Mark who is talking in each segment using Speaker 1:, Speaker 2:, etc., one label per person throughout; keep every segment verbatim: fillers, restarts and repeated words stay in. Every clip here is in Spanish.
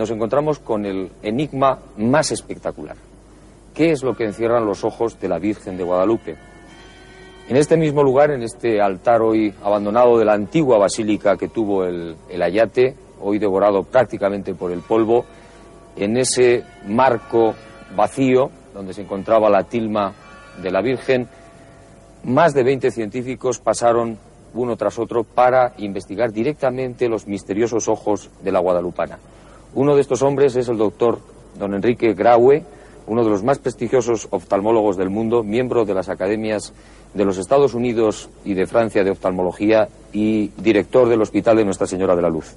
Speaker 1: nos encontramos con el enigma más espectacular. ¿Qué es lo que encierran los ojos de la Virgen de Guadalupe? En este mismo lugar, en este altar hoy abandonado de la antigua basílica que tuvo el, el Ayate, hoy devorado prácticamente por el polvo, en ese marco vacío donde se encontraba la tilma de la Virgen, más de veinte científicos pasaron uno tras otro para investigar directamente los misteriosos ojos de la guadalupana. Uno de estos hombres es el doctor don Enrique Graue, uno de los más prestigiosos oftalmólogos del mundo, miembro de las academias de los Estados Unidos y de Francia de oftalmología y director del Hospital de Nuestra Señora de la Luz.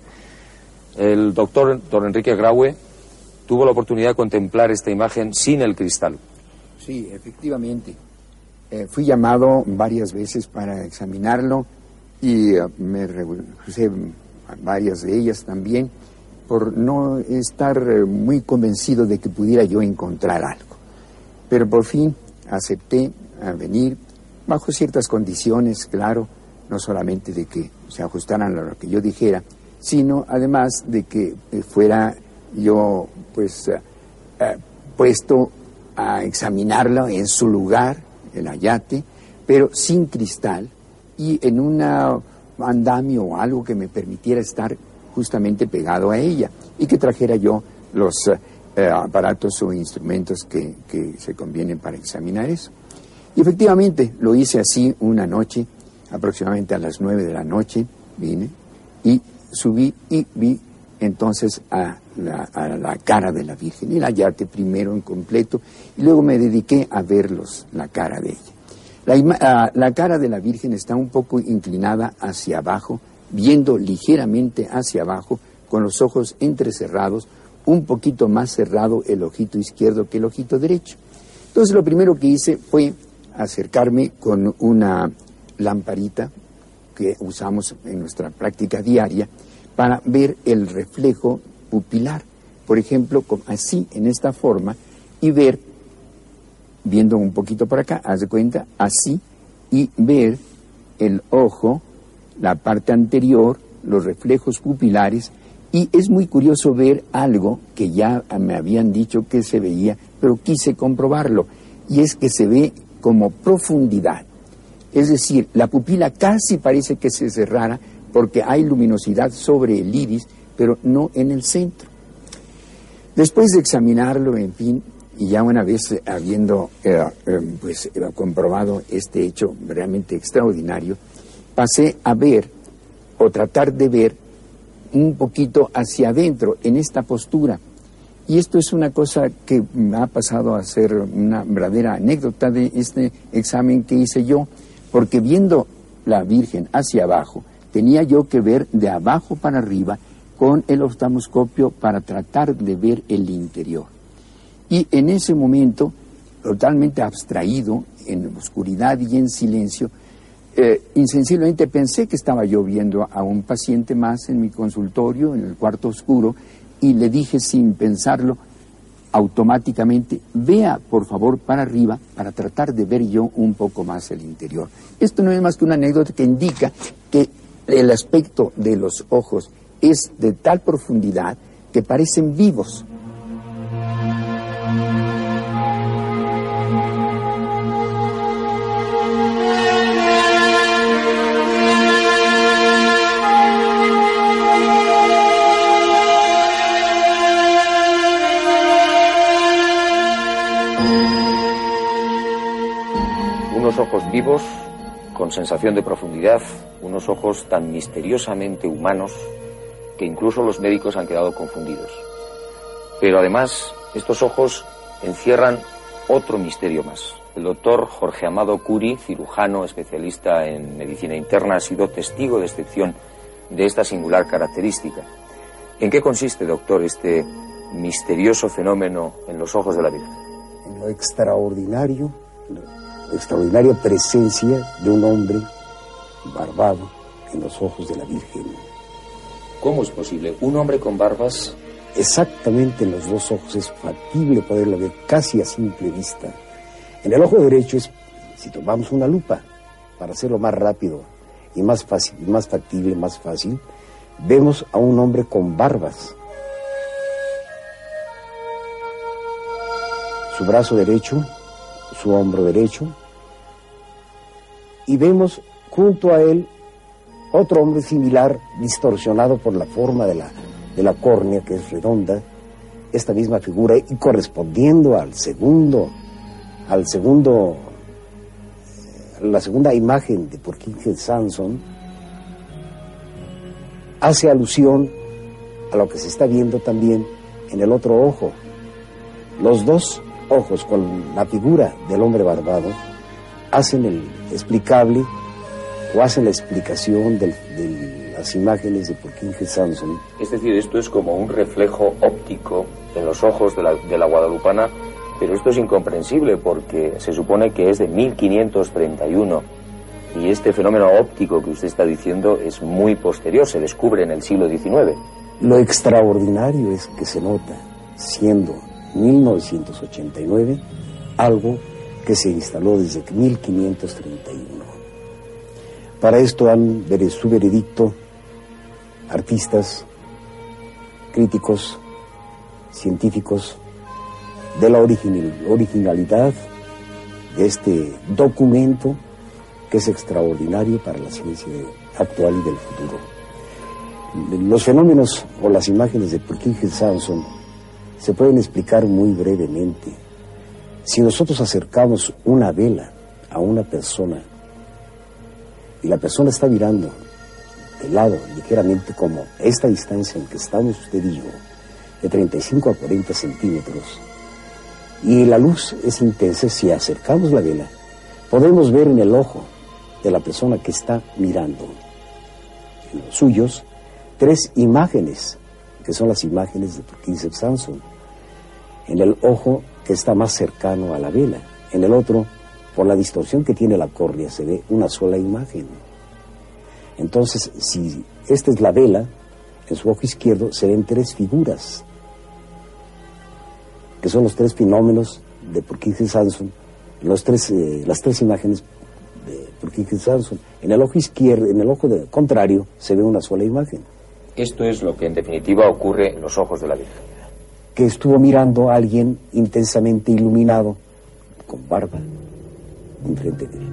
Speaker 1: El doctor don Enrique Graue tuvo la oportunidad de contemplar esta imagen sin el cristal.
Speaker 2: Sí, efectivamente. Eh, fui llamado varias veces para examinarlo y uh, me rehusé a varias de ellas también por no estar uh, muy convencido de que pudiera yo encontrar algo. Pero por fin acepté a venir bajo ciertas condiciones, claro, no solamente de que se ajustaran a lo que yo dijera, sino además de que eh, fuera yo pues uh, uh, puesto a examinarlo en su lugar, el Ayate, pero sin cristal y en un andamio o algo que me permitiera estar justamente pegado a ella y que trajera yo los eh, aparatos o instrumentos que, que se convienen para examinar eso. Y efectivamente lo hice así una noche, aproximadamente a las nueve de la noche, vine y subí y vi entonces a la, a la cara de la Virgen, el Ayate primero en completo, y luego me dediqué a verlos, la cara de ella. La, uh, la cara de la Virgen está un poco inclinada hacia abajo, viendo ligeramente hacia abajo, con los ojos entrecerrados, un poquito más cerrado el ojito izquierdo que el ojito derecho. Entonces lo primero que hice fue acercarme con una lamparita que usamos en nuestra práctica diaria, para ver el reflejo pupilar, por ejemplo, así, en esta forma, y ver, viendo un poquito por acá, haz de cuenta, así, y ver el ojo, la parte anterior, los reflejos pupilares, y es muy curioso ver algo que ya me habían dicho que se veía, pero quise comprobarlo, y es que se ve como profundidad, es decir, la pupila casi parece que se cerrara, porque hay luminosidad sobre el iris, pero no en el centro. Después de examinarlo, en fin, y ya una vez habiendo eh, eh, pues, eh, comprobado este hecho realmente extraordinario, pasé a ver, o tratar de ver, un poquito hacia adentro, en esta postura. Y esto es una cosa que me ha pasado a ser una verdadera anécdota de este examen que hice yo, porque viendo la Virgen hacia abajo, tenía yo que ver de abajo para arriba con el oftalmoscopio para tratar de ver el interior. Y en ese momento, totalmente abstraído, en oscuridad y en silencio, eh, insensiblemente pensé que estaba yo viendo a un paciente más en mi consultorio, en el cuarto oscuro, y le dije sin pensarlo, automáticamente, vea por favor para arriba para tratar de ver yo un poco más el interior. Esto no es más que una anécdota que indica que el aspecto de los ojos es de tal profundidad que parecen vivos.
Speaker 1: Unos ojos vivos, con sensación de profundidad, unos ojos tan misteriosamente humanos que incluso los médicos han quedado confundidos. Pero además, estos ojos encierran otro misterio más. El doctor Jorge Amado Curi, cirujano especialista en medicina interna, ha sido testigo de excepción de esta singular característica. ¿En qué consiste, doctor, este misterioso fenómeno en los ojos de la Virgen?
Speaker 3: En lo extraordinario, la extraordinaria presencia de un hombre barbado en los ojos de la Virgen.
Speaker 1: ¿Cómo es posible? ¿Un hombre con barbas?
Speaker 3: Exactamente en los dos ojos es factible poderlo ver casi a simple vista. En el ojo derecho es, si tomamos una lupa, para hacerlo más rápido y más fácil, más factible, más fácil, vemos a un hombre con barbas. su brazo derecho, su hombro derecho, y vemos junto a él otro hombre similar, distorsionado por la forma de la, de la córnea, que es redonda, esta misma figura, y correspondiendo al segundo, al segundo, la segunda imagen de Purkinje Sanson, hace alusión a lo que se está viendo también en el otro ojo. Los dos ojos con la figura del hombre barbado hacen el explicable o hacen la explicación del, de las imágenes de Purkinje Sanson.
Speaker 1: Es decir, esto es como un reflejo óptico en los ojos de la, de la guadalupana, pero esto es incomprensible porque se supone que es de mil quinientos treinta y uno y este fenómeno óptico que usted está diciendo es muy posterior, se descubre en el siglo diecinueve.
Speaker 3: Lo extraordinario es que se nota, siendo mil novecientos ochenta y nueve, algo que se instaló desde mil quinientos treinta y uno. Para esto dan su veredicto artistas, críticos, científicos, de la originalidad de este documento que es extraordinario para la ciencia actual y del futuro. Los fenómenos o las imágenes de Purkinje Sanson se pueden explicar muy brevemente. Si nosotros acercamos una vela a una persona y la persona está mirando de lado, ligeramente, como esta distancia en que estamos usted y yo, de treinta y cinco a cuarenta centímetros, y la luz es intensa, si acercamos la vela, podemos ver en el ojo de la persona que está mirando, en los suyos, tres imágenes, que son las imágenes de Purkinje Sanson. En el ojo que está más cercano a la vela, en el otro, por la distorsión que tiene la córnea, se ve una sola imagen. Entonces, si esta es la vela, en su ojo izquierdo se ven tres figuras, que son los tres fenómenos de Purkinje Sanson, los tres, eh, las tres imágenes de Purkinje Sanson. En el ojo izquierdo, en el ojo de, contrario, se ve una sola imagen.
Speaker 1: Esto es lo que en definitiva ocurre en los ojos de la Virgen.
Speaker 3: Que estuvo mirando a alguien intensamente iluminado, con barba, enfrente de él.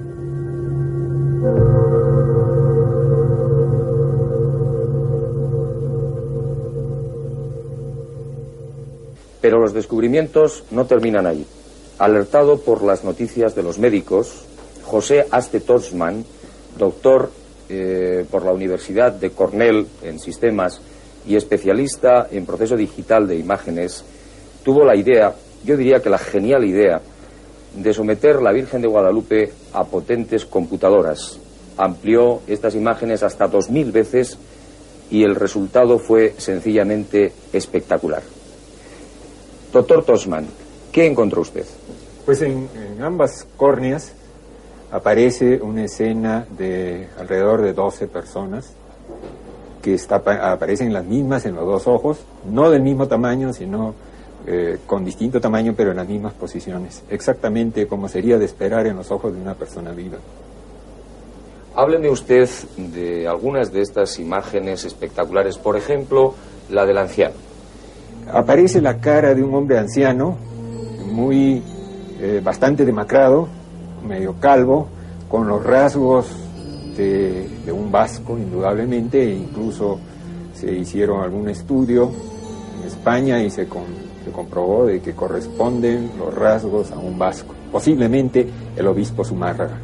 Speaker 1: Pero los descubrimientos no terminan ahí. Alertado por las noticias de los médicos, José Aste Tolsmann, doctor eh, por la Universidad de Cornell en sistemas y especialista en proceso digital de imágenes, tuvo la idea, yo diría que la genial idea, de someter la Virgen de Guadalupe a potentes computadoras. Amplió estas imágenes hasta dos mil veces y el resultado fue sencillamente espectacular. Doctor Tolsmann, ¿qué encontró usted?
Speaker 4: Pues en, en ambas córneas aparece una escena de alrededor de doce personas que está, aparecen las mismas en los dos ojos, no del mismo tamaño, sino eh, con distinto tamaño, pero en las mismas posiciones, exactamente como sería de esperar en los ojos de una persona viva.
Speaker 1: Hábleme usted de algunas de estas imágenes espectaculares, por ejemplo, la del anciano.
Speaker 4: Aparece la cara de un hombre anciano, muy, eh, bastante demacrado, medio calvo, con los rasgos de, de un vasco, indudablemente, e incluso se hicieron algún estudio en España y se, con, se comprobó de que corresponden los rasgos a un vasco, posiblemente el obispo Zumárraga.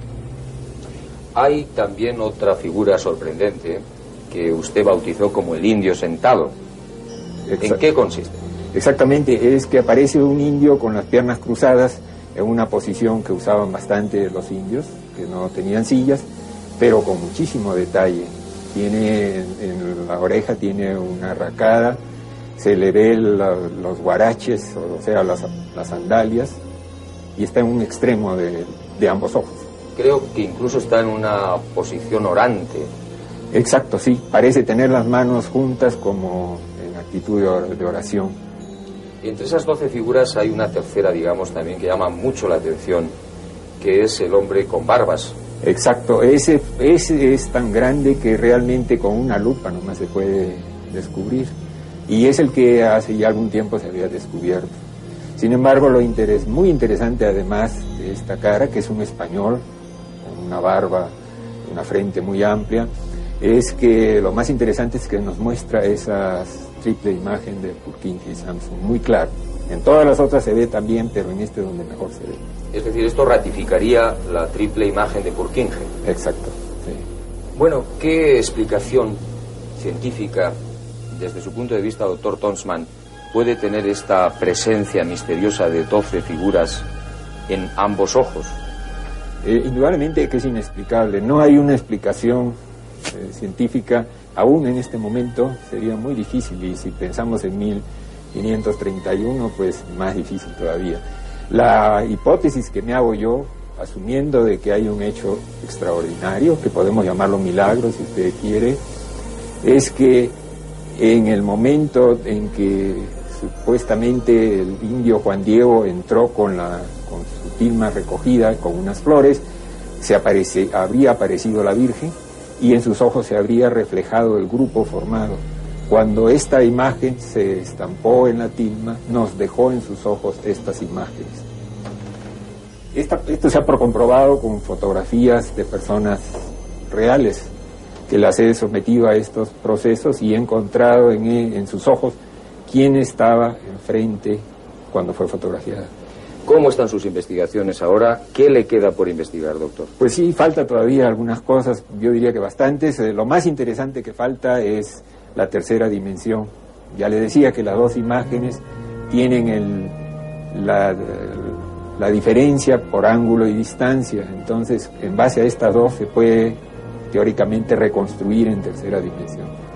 Speaker 1: Hay también otra figura sorprendente que usted bautizó como el indio sentado. ¿En qué consiste?
Speaker 4: Exactamente, es que aparece un indio con las piernas cruzadas en una posición que usaban bastante los indios, que no tenían sillas, pero con muchísimo detalle. Tiene en, en la oreja tiene una arracada, se le ve la, los guaraches, o sea, las, las sandalias, y está en un extremo de, de ambos ojos.
Speaker 1: Creo que incluso está en una posición orante.
Speaker 4: Exacto, sí, parece tener las manos juntas como en actitud de oración.
Speaker 1: Y entre esas doce figuras hay una tercera, digamos, también que llama mucho la atención, que es el hombre con barbas.
Speaker 4: Exacto, ese, ese es tan grande que realmente con una lupa nomás se puede descubrir. Y es el que hace ya algún tiempo se había descubierto. Sin embargo, lo interes, muy interesante además de esta cara, que es un español, con una barba, una frente muy amplia, es que lo más interesante es que nos muestra esa triple imagen de Purkinje y Samson, muy claro. En todas las otras se ve también, pero en este es donde mejor se ve.
Speaker 1: Es decir, esto ratificaría la triple imagen de Purkinje.
Speaker 4: Exacto, sí.
Speaker 1: Bueno, ¿qué explicación científica, desde su punto de vista, doctor Tonsman, puede tener esta presencia misteriosa de doce figuras en ambos ojos?
Speaker 4: Eh, indudablemente que es inexplicable. No hay una explicación eh, científica, aún en este momento sería muy difícil, y si pensamos en mil quinientos treinta y uno, pues más difícil todavía. La hipótesis que me hago yo, asumiendo de que hay un hecho extraordinario, que podemos llamarlo milagro si usted quiere, es que en el momento en que supuestamente el indio Juan Diego entró con, la, con su tilma recogida, con unas flores, se aparece, habría aparecido la Virgen y en sus ojos se habría reflejado el grupo formado. Cuando esta imagen se estampó en la tilma, nos dejó en sus ojos estas imágenes. Esta, esto se ha comprobado con fotografías de personas reales, que las he sometido a estos procesos y he encontrado en, en sus ojos quién estaba enfrente cuando fue fotografiada.
Speaker 1: ¿Cómo están sus investigaciones ahora? ¿Qué le queda por investigar, doctor?
Speaker 4: Pues sí, falta todavía algunas cosas, yo diría que bastantes. Eh, lo más interesante que falta es la tercera dimensión. Ya le decía que las dos imágenes tienen el, la, la diferencia por ángulo y distancia, entonces en base a estas dos se puede teóricamente reconstruir en tercera dimensión.